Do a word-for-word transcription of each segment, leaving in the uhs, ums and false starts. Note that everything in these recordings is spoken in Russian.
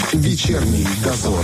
Вечерний дозор.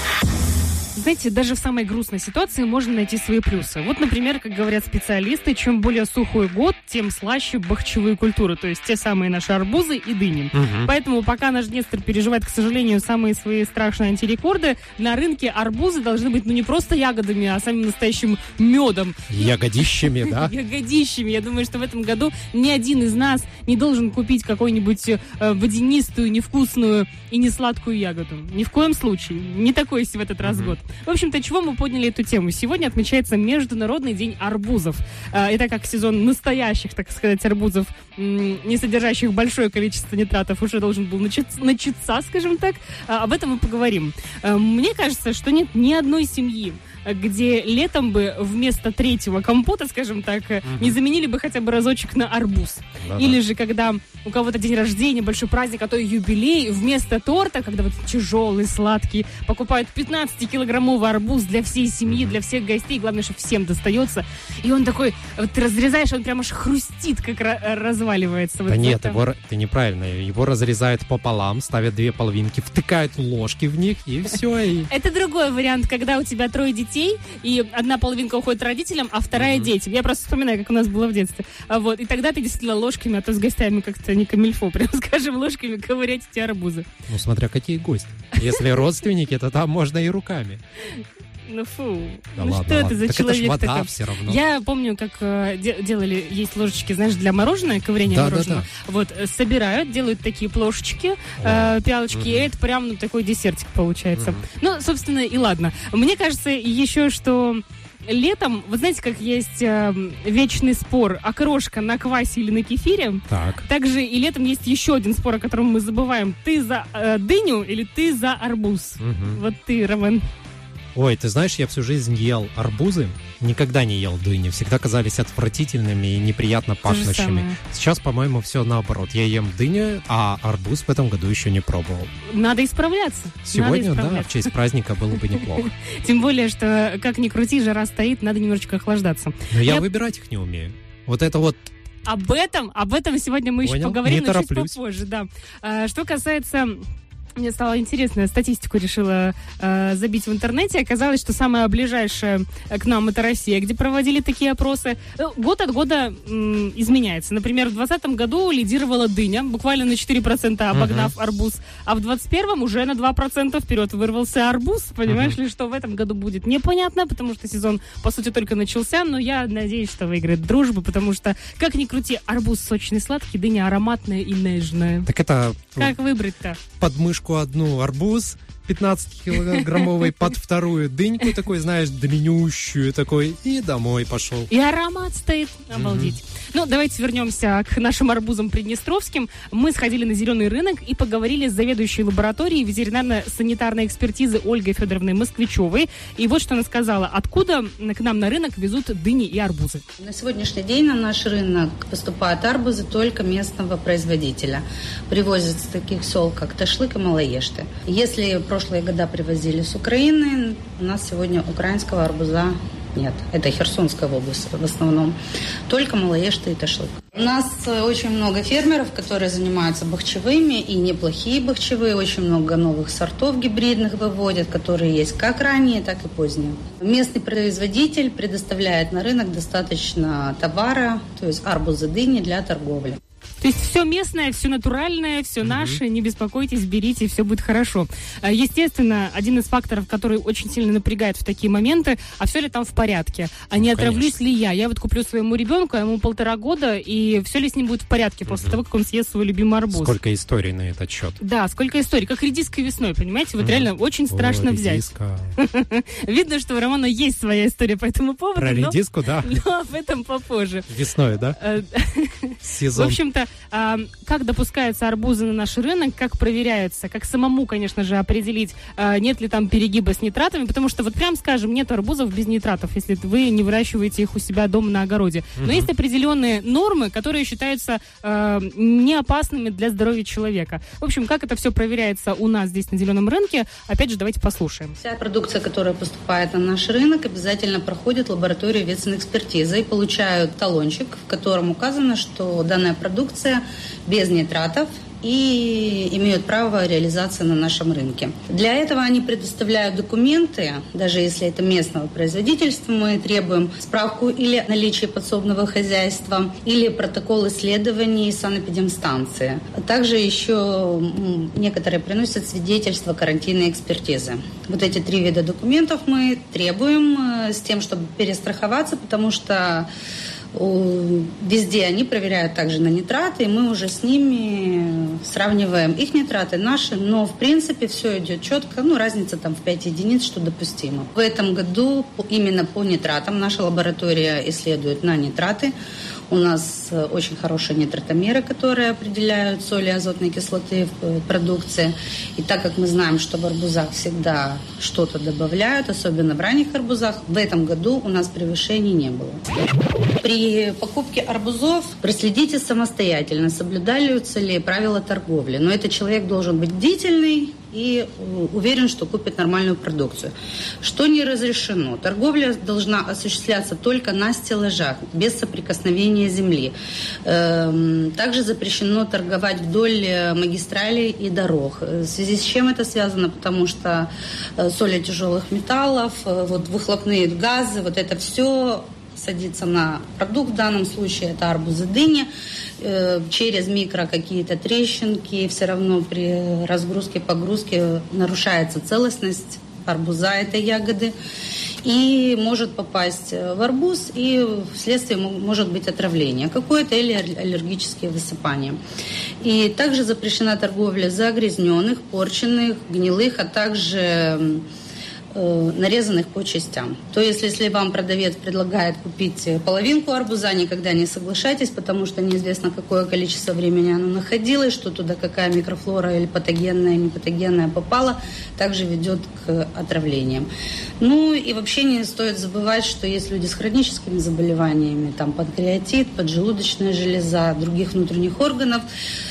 Знаете, даже в самой грустной ситуации можно найти свои плюсы. Вот, например, как говорят специалисты, чем более сухой год, тем слаще бахчевые культуры, то есть те самые наши арбузы и дыни. Угу. Поэтому пока наш Днестр переживает, к сожалению, самые свои страшные антирекорды, на рынке арбузы должны быть, ну, не просто ягодами, а самым настоящим медом. Ягодищами, да? Ягодищами. Я думаю, что в этом году ни один из нас не должен купить какую-нибудь э, водянистую, невкусную и несладкую ягоду. Ни в коем случае. Не такой в этот раз год. В общем-то, чего мы подняли эту тему? Сегодня отмечается Международный день арбузов. Это как сезон настоящих, так сказать, арбузов, не содержащих большое количество нитратов, уже должен был начаться, скажем так. Об этом мы поговорим. Мне кажется, что нет ни одной семьи, где летом бы вместо третьего компота, скажем так, uh-huh. не заменили бы хотя бы разочек на арбуз. Да-да. Или же, когда у кого-то день рождения, большой праздник, а то и юбилей, вместо торта, когда вот тяжелый, сладкий, покупают пятнадцатикилограммовый арбуз для всей семьи, uh-huh. для всех гостей, главное, что всем достается. И он такой, вот ты разрезаешь, он прям аж хрустит, как ра- разваливается. Да вот нет, это. его, ты неправильно. Его разрезают пополам, ставят две половинки, втыкают ложки в них, и все. Это другой вариант, когда у тебя трое детей, и одна половинка уходит родителям, а вторая mm-hmm. детям. Я просто вспоминаю, как у нас было в детстве. А вот, и тогда ты действительно ложками, а то с гостями как-то не камильфо, прям скажем, ложками ковырять эти арбузы. Ну, смотря какие гости. Если родственники, то там можно и руками. Ну фу, да ну ладно, что ладно. это за так человек это ж вода такой? Все равно. Я помню, как э, де- делали, есть ложечки, знаешь, для мороженого, ковырения да, мороженого. Да, да. Вот, э, собирают, делают такие плошечки, э, пялочки, угу. и это прям ну, такой десертик получается. Угу. Ну, собственно, и ладно. Мне кажется еще, что летом, вы знаете, как есть э, вечный спор, окрошка на квасе или на кефире? Так. Также и летом есть еще один спор, о котором мы забываем. Ты за э, дыню или ты за арбуз? Угу. Вот ты, Роман. Ой, ты знаешь, я всю жизнь ел арбузы, никогда не ел дыни, всегда казались отвратительными и неприятно пахнущими. Сейчас, по-моему, все наоборот. Я ем дыню, а арбуз в этом году еще не пробовал. Надо исправляться. Сегодня, надо исправляться. Да, в честь праздника было бы неплохо. Тем более, что, как ни крути, жара стоит, надо немножечко охлаждаться. Но я выбирать их не умею. Вот это вот... Об этом, об этом сегодня мы еще Понял? поговорим, не но чуть попозже. Да. А, что касается... Мне стало интересно, статистику решила э, забить в интернете. Оказалось, что самая ближайшая к нам это Россия, где проводили такие опросы. Год от года м, изменяется. Например, в двадцатом году лидировала дыня, буквально на четыре процента обогнав uh-huh. арбуз. А в двадцать первом уже на два процента вперед вырвался арбуз. Понимаешь uh-huh. ли, что в этом году будет? Непонятно, потому что сезон, по сути, только начался. Но я надеюсь, что выиграет дружба, потому что, как ни крути, арбуз сочный, сладкий, дыня ароматная и нежная. Так это... Как выбрать-то? Подмышку одну арбуз пятнадцатикилограммовый, под вторую дыньку такой, знаешь, длиннющую такой, и домой пошел. И аромат стоит. Обалдеть. Mm-hmm. Ну, давайте вернемся к нашим арбузам приднестровским. Мы сходили на зеленый рынок и поговорили с заведующей лабораторией ветеринарно-санитарной экспертизы Ольгой Федоровной Москвичевой. И вот что она сказала. Откуда к нам на рынок везут дыни и арбузы? На сегодняшний день на наш рынок поступают арбузы только местного производителя. Привозят с таких сел, как Ташлык и Малоешты. Если в прошлые года привозили с Украины, у нас сегодня украинского арбуза нет. Это Херсонская область в основном. Только Малоешты и Ташлык. У нас очень много фермеров, которые занимаются бахчевыми, и неплохие бахчевые. Очень много новых сортов гибридных выводят, которые есть как ранние, так и поздние. Местный производитель предоставляет на рынок достаточно товара, то есть арбузы, дыни для торговли. То есть все местное, все натуральное, все mm-hmm. наше, не беспокойтесь, берите, все будет хорошо. Естественно, один из факторов, который очень сильно напрягает в такие моменты, а все ли там в порядке? А не отравлюсь ли я? Я вот куплю своему ребенку, ему полтора года, и все ли с ним будет в порядке после mm-hmm. того, как он съест свой любимый арбуз? Сколько историй на этот счет. Да, сколько историй. Как редиска весной, понимаете? Вот mm-hmm. реально очень страшно О, взять. Видно, что у Романа есть своя история по этому поводу. Про но, редиску, да. Но об этом попозже. Весной, да? Сезон. В общем-то, А, как допускаются арбузы на наш рынок, как проверяются, как самому, конечно же, определить, а, нет ли там перегиба с нитратами, потому что вот прям скажем, нет арбузов без нитратов, если вы не выращиваете их у себя дома на огороде. Но uh-huh. есть определенные нормы, которые считаются а, не опасными для здоровья человека. В общем, как это все проверяется у нас здесь на зеленом рынке, опять же, давайте послушаем. Вся продукция, которая поступает на наш рынок, обязательно проходит лабораторию ветсанэкспертизы и получают талончик, в котором указано, что данная продукция без нитратов и имеют право реализации на нашем рынке. Для этого они предоставляют документы, даже если это местного производительства, мы требуем справку или о наличии подсобного хозяйства, или протокол исследований санэпидемстанции. Также еще некоторые приносят свидетельства карантинной экспертизы. Вот эти три вида документов мы требуем с тем, чтобы перестраховаться, потому что везде они проверяют также на нитраты, и мы уже с ними сравниваем их нитраты, наши, но в принципе все идет четко, ну разница там в пять единиц, что допустимо. В этом году именно по нитратам наша лаборатория исследует на нитраты. У нас очень хорошие нитратомеры, которые определяют соли и азотной кислоты в продукции. И так как мы знаем, что в арбузах всегда что-то добавляют, особенно в ранних арбузах, в этом году у нас превышений не было. При покупке арбузов проследите самостоятельно, соблюдаются ли правила торговли. Но этот человек должен быть бдительный и уверен, что купит нормальную продукцию. Что не разрешено? Торговля должна осуществляться только на стеллажах, без соприкосновения земли. Также запрещено торговать вдоль магистралей и дорог. В связи с чем это связано? Потому что соли тяжелых металлов, вот выхлопные газы, вот это все садится на продукт, в данном случае это арбузы, дыни, э, через микро какие-то трещинки, все равно при разгрузке, погрузке нарушается целостность арбуза, этой ягоды, и может попасть в арбуз, и вследствие может быть отравление какое-то или аллергические высыпания. И также запрещена торговля загрязненных, порченных, гнилых, а также нарезанных по частям. То есть, если вам продавец предлагает купить половинку арбуза, никогда не соглашайтесь, потому что неизвестно, какое количество времени оно находилось, что туда какая микрофлора или патогенная, не патогенная попала, также ведет к отравлениям. Ну и вообще не стоит забывать, что есть люди с хроническими заболеваниями, там панкреатит, поджелудочная железа, других внутренних органов.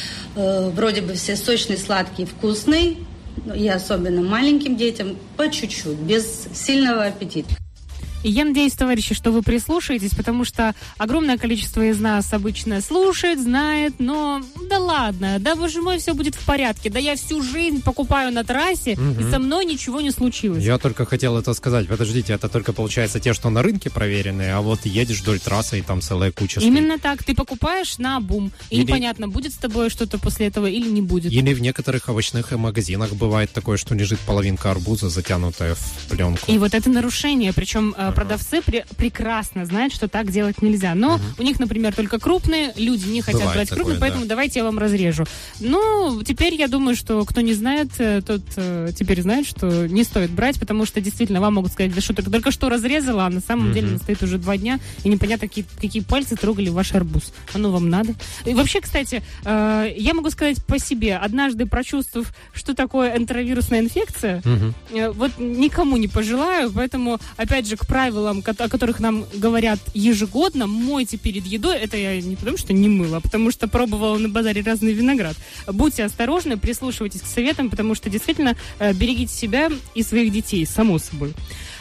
Э, вроде бы все сочный, сладкий, вкусный, и особенно маленьким детям по чуть-чуть, без сильного аппетита. И я надеюсь, товарищи, что вы прислушаетесь, потому что огромное количество из нас обычно слушает, знает, но да ладно, да боже мой, все будет в порядке, да я всю жизнь покупаю на трассе, угу. и со мной ничего не случилось. Я только хотел это сказать, подождите, это только получается те, что на рынке проверенные, а вот едешь вдоль трассы и там целая куча стоит. Именно так, ты покупаешь на бум, и или... непонятно, будет с тобой что-то после этого или не будет. Или в некоторых овощных магазинах бывает такое, что лежит половинка арбуза, затянутая в пленку. И вот это нарушение, причем продавцы при, прекрасно знают, что так делать нельзя. Но uh-huh. у них, например, только крупные, люди не хотят Бывает брать такое, крупные, поэтому да. давайте я вам разрежу. Ну, теперь я думаю, что кто не знает, тот э, теперь знает, что не стоит брать, потому что действительно вам могут сказать, да что ты только что разрезала, а на самом uh-huh. деле она стоит уже два дня, и непонятно, какие, какие пальцы трогали ваш арбуз. Оно вам надо. И вообще, кстати, э, я могу сказать по себе, однажды прочувствовав, что такое энтеровирусная инфекция, uh-huh. э, вот никому не пожелаю, поэтому, опять же, к правилам, о которых нам говорят ежегодно, мойте перед едой. Это я не потому, что не мыла, а потому что пробовала на базаре разный виноград. Будьте осторожны, прислушивайтесь к советам, потому что действительно берегите себя и своих детей, само собой.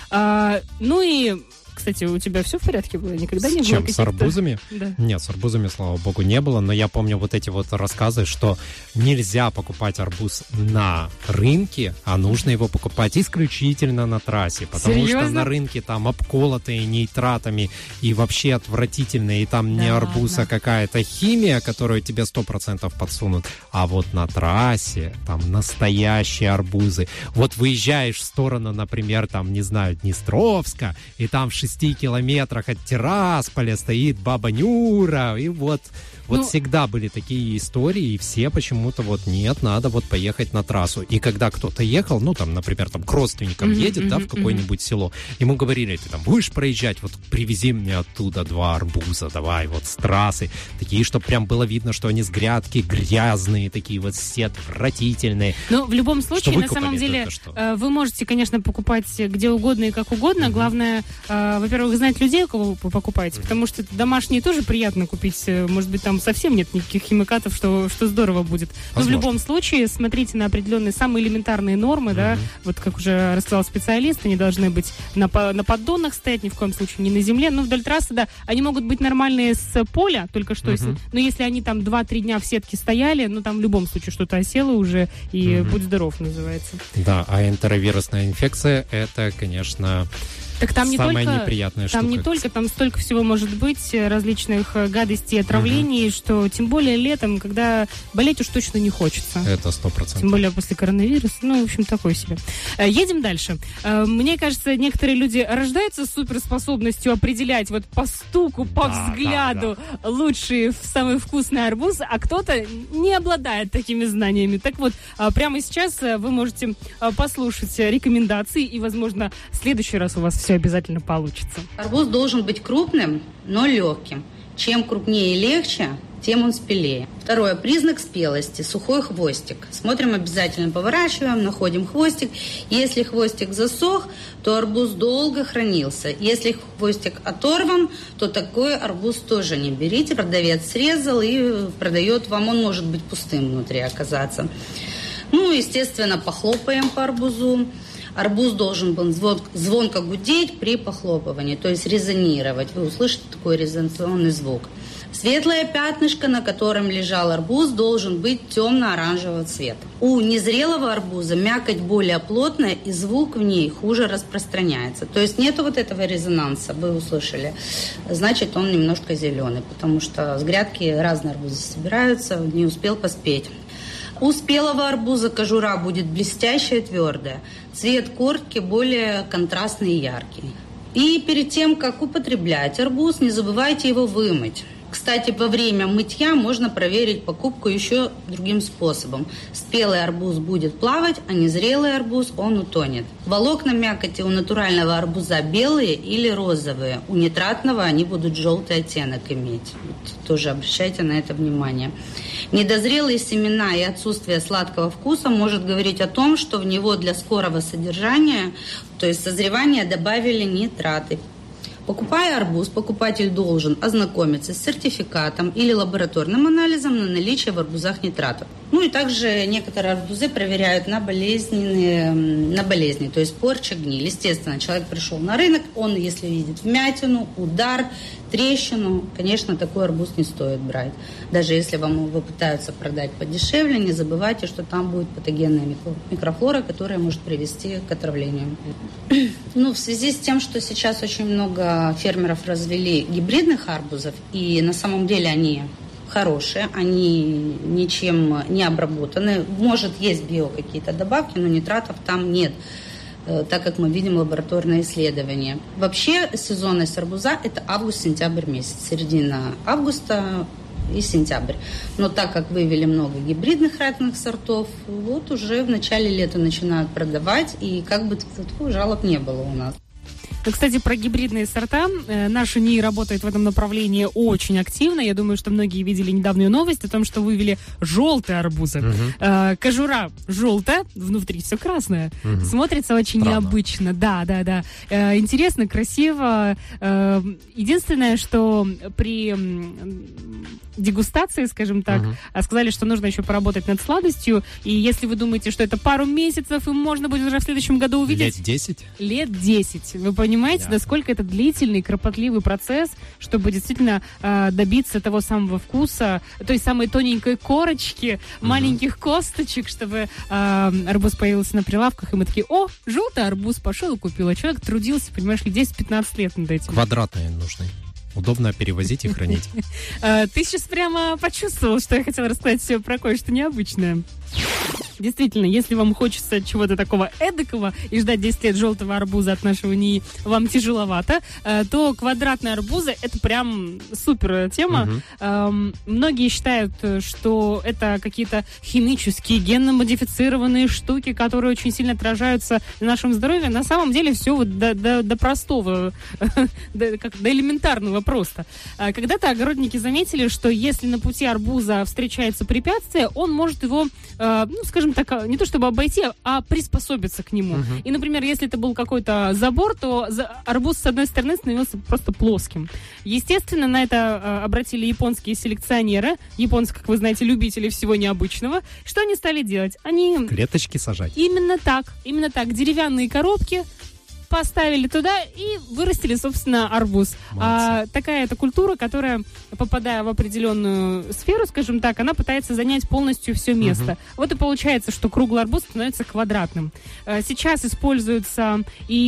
А, ну и... Кстати, у тебя все в порядке было? Никогда с не было чем? каких-то... С арбузами? Да. Нет, с арбузами, слава богу, не было, но я помню вот эти вот рассказы, что нельзя покупать арбуз на рынке, а нужно его покупать исключительно на трассе, потому Серьезно? что на рынке там обколотые нитратами и вообще отвратительные, и там да не арбуз, ладно. а какая-то химия, которую тебе сто процентов подсунут, а вот на трассе там настоящие арбузы. Вот выезжаешь в сторону, например, там, не знаю, Днестровска, и там в шести километрах от Тирасполя стоит баба Нюра, и вот, вот ну, всегда были такие истории, и все почему-то вот нет, надо вот поехать на трассу. И когда кто-то ехал, ну там, например, там к родственникам mm-hmm, едет, mm-hmm, да, в какое-нибудь mm-hmm. село, ему говорили, ты там будешь проезжать, вот привези мне оттуда два арбуза, давай, вот с трассы, такие, чтобы прям было видно, что они с грядки грязные, такие вот все отвратительные. Ну, в любом случае, на самом деле, вы можете, конечно, покупать где угодно и как угодно, mm-hmm. главное, во-первых, знать людей, у кого вы покупаете, потому что домашние тоже приятно купить, может быть, там совсем нет никаких химикатов, что, что здорово будет. Но в любом случае, смотрите на определенные самые элементарные нормы, mm-hmm. да, вот как уже рассказал специалист, они должны быть на, на поддонах стоять, ни в коем случае не на земле, но вдоль трассы, да, они могут быть нормальные с поля, только что, mm-hmm. если, но если они там два-три дня в сетке стояли, ну там в любом случае что-то осело уже, и mm-hmm. будь здоров, называется. Да, а энтеровирусная инфекция, это, конечно... Так там не самая только, неприятная там штука. не только, там столько всего может быть, различных гадостей, отравлений, uh-huh. что тем более летом, когда болеть уж точно не хочется. Это сто процентов. Тем более после коронавируса. Ну, в общем, такое себе. Едем дальше. Мне кажется, некоторые люди рождаются с суперспособностью определять вот по стуку, по да, взгляду да, да. лучший, самый вкусный арбуз, а кто-то не обладает такими знаниями. Так вот, прямо сейчас вы можете послушать рекомендации, и, возможно, в следующий раз у вас все обязательно получится. Арбуз должен быть крупным, но легким. Чем крупнее и легче, тем он спелее. Второе. Признак спелости. Сухой хвостик. Смотрим обязательно, поворачиваем, находим хвостик. Если хвостик засох, то арбуз долго хранился. Если хвостик оторван, то такой арбуз тоже не берите. Продавец срезал и продает вам. Он может быть пустым внутри оказаться. Ну, естественно, похлопаем по арбузу. Арбуз должен был звон, звонко гудеть при похлопывании, то есть резонировать. Вы услышите такой резонационный звук. Светлое пятнышко, на котором лежал арбуз, должен быть темно-оранжевого цвета. У незрелого арбуза мякоть более плотная, и звук в ней хуже распространяется. То есть нету вот этого резонанса, вы услышали. Значит, он немножко зеленый, потому что с грядки разные арбузы собираются, не успел поспеть. У спелого арбуза кожура будет блестящая и твердая. Цвет корки более контрастный и яркий. И перед тем, как употреблять арбуз, не забывайте его вымыть. Кстати, во время мытья можно проверить покупку еще другим способом. Спелый арбуз будет плавать, а незрелый арбуз он утонет. Волокна мякоти у натурального арбуза белые или розовые. У нитратного они будут желтый оттенок иметь. Вот, тоже обращайте на это внимание. Недозрелые семена и отсутствие сладкого вкуса может говорить о том, что в него для скорого содержания, то есть созревания, добавили нитраты. Покупая арбуз, покупатель должен ознакомиться с сертификатом или лабораторным анализом на наличие в арбузах нитратов. Ну и также некоторые арбузы проверяют на болезненные, на болезни, то есть порча, гниль. Естественно, человек пришел на рынок, он, если видит вмятину, удар, трещину, конечно, такой арбуз не стоит брать. Даже если вам его пытаются продать подешевле, не забывайте, что там будет патогенная микрофлора, которая может привести к отравлению. Ну, в связи с тем, что сейчас очень много фермеров развели гибридных арбузов, и на самом деле они хорошие, они ничем не обработаны. Может, есть био какие-то добавки, но нитратов там нет, так как мы видим лабораторные исследования. Вообще сезонность арбуза – это август-сентябрь месяц, середина августа и сентябрь. Но так как вывели много гибридных разных сортов, вот уже в начале лета начинают продавать, и как бы жалоб не было у нас. Ну, кстати, про гибридные сорта. Наша НИИ работает в этом направлении очень активно. Я думаю, что многие видели недавнюю новость о том, что вывели желтые арбузы. Uh-huh. Кожура желтая, внутри все красное. Uh-huh. Смотрится очень Странно. необычно. Да, да, да. Интересно, красиво. Единственное, что при дегустации, скажем так, uh-huh. сказали, что нужно еще поработать над сладостью. И если вы думаете, что это пару месяцев, и можно будет уже в следующем году увидеть... Лет десять? Лет десять. Вы понимаете, yeah. насколько это длительный, кропотливый процесс, чтобы действительно э, добиться того самого вкуса, той самой тоненькой корочки, uh-huh. маленьких косточек, чтобы э, арбуз появился на прилавках, и мы такие: о, желтый арбуз, пошел и купил. А человек трудился, понимаешь ли, десять-пятнадцать лет над этим. Квадратные нужны. Удобно перевозить и хранить. Ты сейчас прямо почувствовал, что я хотела рассказать все про кое-что необычное. Действительно, если вам хочется чего-то такого эдакого и ждать десять лет желтого арбуза от нашего НИИ вам тяжеловато, то квадратные арбузы — это прям супер тема. Uh-huh. Многие считают, что это какие-то химические, генно-модифицированные штуки, которые очень сильно отражаются на нашем здоровье. На самом деле все вот до, до, до простого, до, как, до элементарного просто. Когда-то огородники заметили, что если на пути арбуза встречается препятствие, он может его э, ну, скажем так, не то чтобы обойти, а приспособиться к нему. Uh-huh. И, например, если это был какой-то забор, то за... арбуз с одной стороны становился просто плоским. Естественно, на это э, обратили японские селекционеры, японцы, как вы знаете, любители всего необычного. Что они стали делать? Они... Клеточки сажать. Именно так, именно так. Деревянные коробки поставили туда и вырастили, собственно, арбуз. А, такая это культура, которая, попадая в определенную сферу, скажем так, она пытается занять полностью все место. Uh-huh. Вот и получается, что круглый арбуз становится квадратным. А, сейчас используются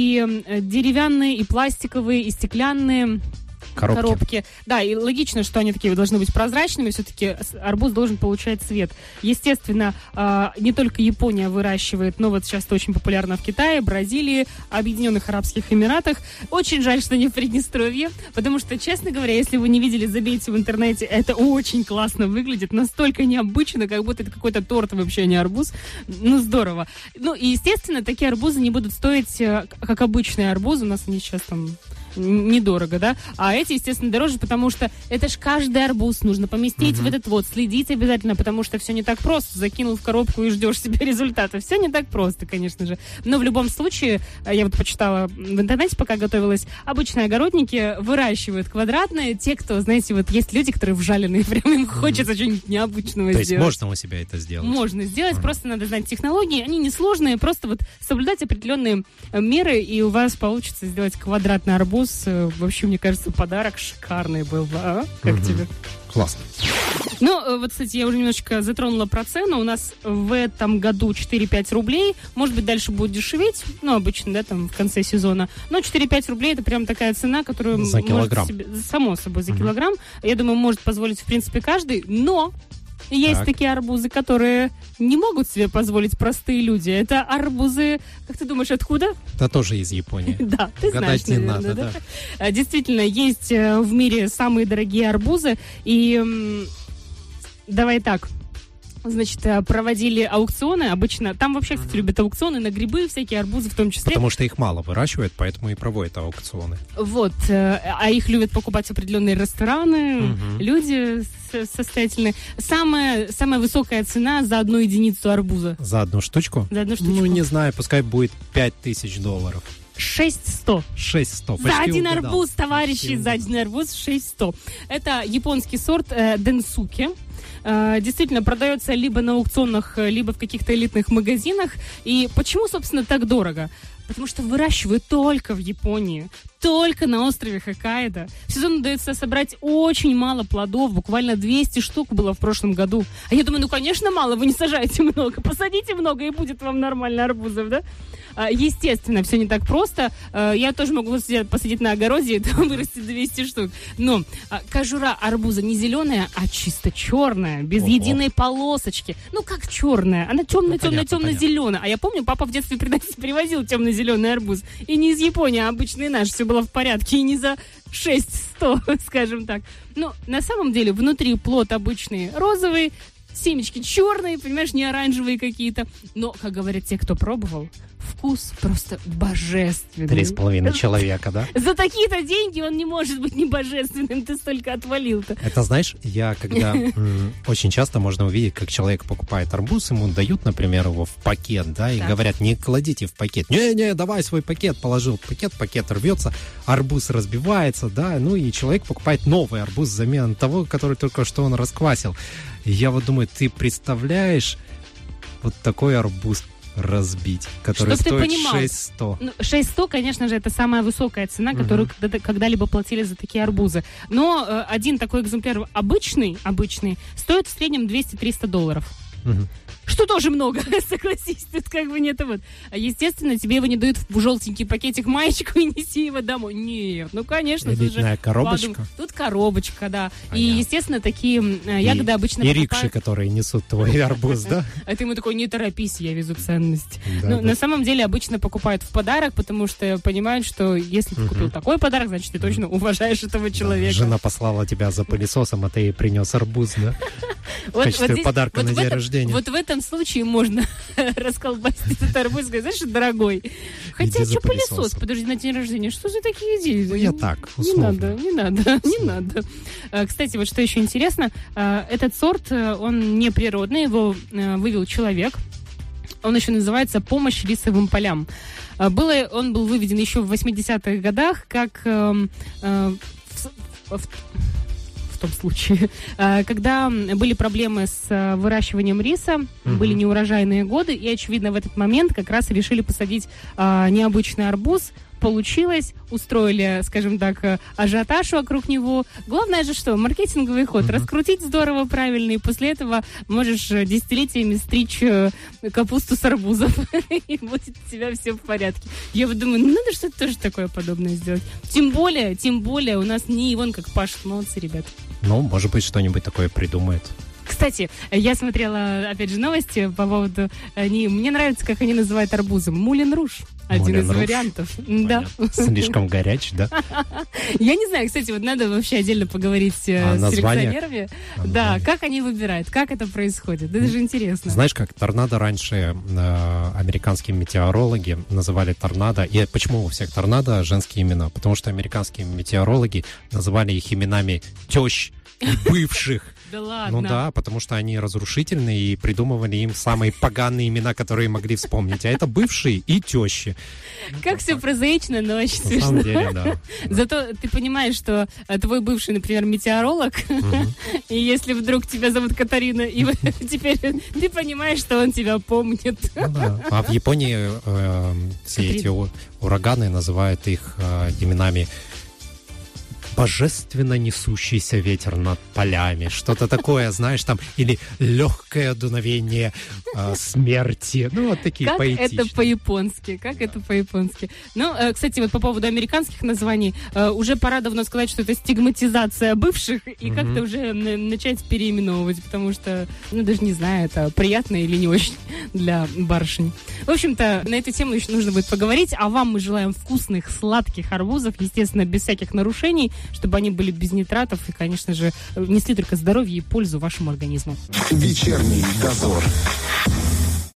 и деревянные, и пластиковые, и стеклянные Коробки. коробки. Да, и логично, что они такие должны быть прозрачными, все-таки арбуз должен получать цвет. Естественно, э, не только Япония выращивает, но вот сейчас это очень популярно в Китае, Бразилии, Объединенных Арабских Эмиратах. Очень жаль, что не в Приднестровье, потому что, честно говоря, если вы не видели, забейте в интернете, это очень классно выглядит, настолько необычно, как будто это какой-то торт, вообще не арбуз. Ну, здорово. Ну, и, естественно, такие арбузы не будут стоить, как обычные арбузы, у нас они сейчас там недорого, да, а эти, естественно, дороже, потому что это ж каждый арбуз нужно поместить uh-huh. в этот вот, следить обязательно, потому что все не так просто, закинул в коробку и ждешь себе результата, все не так просто, конечно же, но в любом случае, я вот почитала в интернете, пока готовилась, обычные огородники выращивают квадратные, те, кто, знаете, вот есть люди, которые вжаленные, прям им хочется uh-huh. что-нибудь необычного То сделать. То есть можно у себя это сделать? Можно сделать, uh-huh. просто надо знать технологии, они несложные, просто вот соблюдать определенные меры, и у вас получится сделать квадратный арбуз. Вообще, мне кажется, подарок шикарный был. А? Как угу. тебе? Классно. Ну, вот, кстати, я уже немножечко затронула про цену. У нас в этом году четыре-пять рублей. Может быть, дальше будет дешеветь. Ну, обычно, да, там, в конце сезона. Но четыре-пять рублей — это прям такая цена, которую... За килограмм. Себе, само собой, за угу. килограмм. Я думаю, может позволить, в принципе, каждый. Но... Есть так. такие арбузы, которые не могут себе позволить простые люди. Это арбузы, как ты думаешь, откуда? Это тоже из Японии. Да, ты знаешь, наверное, да? Действительно, есть в мире самые дорогие арбузы. И давай так. Значит, проводили аукционы. Обычно, там вообще, кстати, любят аукционы на грибы, всякие арбузы в том числе. Потому что их мало выращивают, поэтому и проводят аукционы. Вот. А их любят покупать определенные рестораны, угу. люди состоятельные. Самая, самая высокая цена за одну единицу арбуза. За одну штучку? За одну штучку. Ну, не знаю, пускай будет пять тысяч долларов. шесть сто. шесть сто. За один угадал. арбуз, товарищи, за один арбуз шесть сто. Это японский сорт э, денсуки. Действительно, продается либо на аукционах, либо в каких-то элитных магазинах. И почему, собственно, так дорого? Потому что выращивают только в Японии, только на острове Хоккайдо. В сезон удается собрать очень мало плодов, буквально двести штук было в прошлом году. А я думаю, ну, конечно, мало, вы не сажаете много, посадите много, и будет вам нормально арбузов, да? Естественно, все не так просто. Я тоже могу посадить на огороде, и там вырастет двести штук. Но кожура арбуза не зеленая, а чисто черная, без Ого. единой полосочки. Ну, как черная. Она темная, ну, темная, темно-зеленая. А я помню, папа в детстве привозил темно-зеленый арбуз. И не из Японии, а обычный наш. Все было в порядке. И не за шесть сто, скажем так. Но на самом деле внутри плод обычный розовый, семечки черные, понимаешь, не оранжевые какие-то. Но, как говорят те, кто пробовал, вкус просто божественный. Три с половиной человека, да? За такие-то деньги он не может быть не божественным, ты столько отвалил-то. Это, знаешь, я когда... Очень часто можно увидеть, как человек покупает арбуз, ему дают, например, его в пакет, да, и говорят, не кладите в пакет. Не-не, давай свой пакет. Положил в пакет, пакет рвется, арбуз разбивается, да, ну и человек покупает новый арбуз взамен того, который только что он расквасил. И я вот думаю, ты представляешь вот такой арбуз разбить, который Чтоб стоит шесть сто. Ну, шесть сто, конечно же, это самая высокая цена, угу. которую когда- когда-либо платили за такие арбузы. Но э, один такой экземпляр обычный, обычный стоит в среднем двести-триста долларов. Угу. Что тоже много, согласись, тут как бы нет. Вот. Естественно, тебе его не дают в желтенький пакетик, маечку и неси его домой. Нет, ну, конечно. Элитная коробочка? Подум... Тут коробочка, да. Понятно. И, естественно, такие э, ягоды и, обычно и покупают... рикши, которые несут твой арбуз, да? А ты ему такой, не торопись, я везу ценность. Но на самом деле обычно покупают в подарок, потому что понимают, что если ты купил такой подарок, значит, ты точно уважаешь этого человека. Жена послала тебя за пылесосом, а ты ей принес арбуз, да? В качестве подарка на день рождения. Вот в этом этом случае можно расколбасить этот арбуз и сказать, знаешь, дорогой, хотя что пылесос, подожди, на день рождения, что за такие идеи? Ну, я так, условно. Не надо, не надо, не надо. Кстати, вот что еще интересно, этот сорт, он не природный, его вывел человек. Он еще называется «Помощь рисовым полям». Было, он был выведен еще в восьмидесятых годах, как э, э, в, в, в том случае, э, когда были проблемы с выращиванием риса, mm-hmm. были неурожайные годы, и, очевидно, в этот момент как раз решили посадить э, необычный арбуз. Получилось, устроили, скажем так, ажиотаж вокруг него. Главное же что? Маркетинговый ход. Mm-hmm. Раскрутить здорово, правильно, и после этого можешь десятилетиями стричь капусту с арбузов. И будет у тебя все в порядке. Я вот думаю, ну надо что-то тоже такое подобное сделать. Тем более, тем более, у нас не вон как пашут. Молодцы, ребят. Ну, может быть, что-нибудь такое придумает. Кстати, я смотрела, опять же, новости по поводу... Они, мне нравится, как они называют арбузом. Мулен Руж. Один Мулен из Руж. Вариантов. Да. Слишком горячий, да? Я не знаю, кстати, вот надо вообще отдельно поговорить а, с название? селекционерами. А, да, как они выбирают, как это происходит. Это же интересно. Знаешь, как торнадо раньше э, американские метеорологи называли торнадо. И почему у всех торнадо женские имена? Потому что американские метеорологи называли их именами тещ и бывших. Да ладно. Ну да, потому что они разрушительные и придумывали им самые поганые имена, которые могли вспомнить. А это бывшие и тещи. Как все прозаично, но очень смешно. На самом деле, да. Зато ты понимаешь, что твой бывший, например, метеоролог, и если вдруг тебя зовут Катарина, и теперь ты понимаешь, что он тебя помнит. А в Японии все эти ураганы называют их именами божественно несущийся ветер над полями. Что-то такое, знаешь, там, или легкое дуновение э, смерти. Ну, вот такие как поэтичные. Как это по-японски? Как это по-японски? Ну, э, кстати, вот по поводу американских названий, э, уже пора давно сказать, что это стигматизация бывших, и mm-hmm. как-то уже начать переименовывать, потому что, ну, даже не знаю, это приятно или не очень для барышень. В общем-то, на эту тему еще нужно будет поговорить, а вам мы желаем вкусных, сладких арбузов, естественно, без всяких нарушений, чтобы они были без нитратов и, конечно же, несли только здоровье и пользу вашему организму. Вечерний дозор.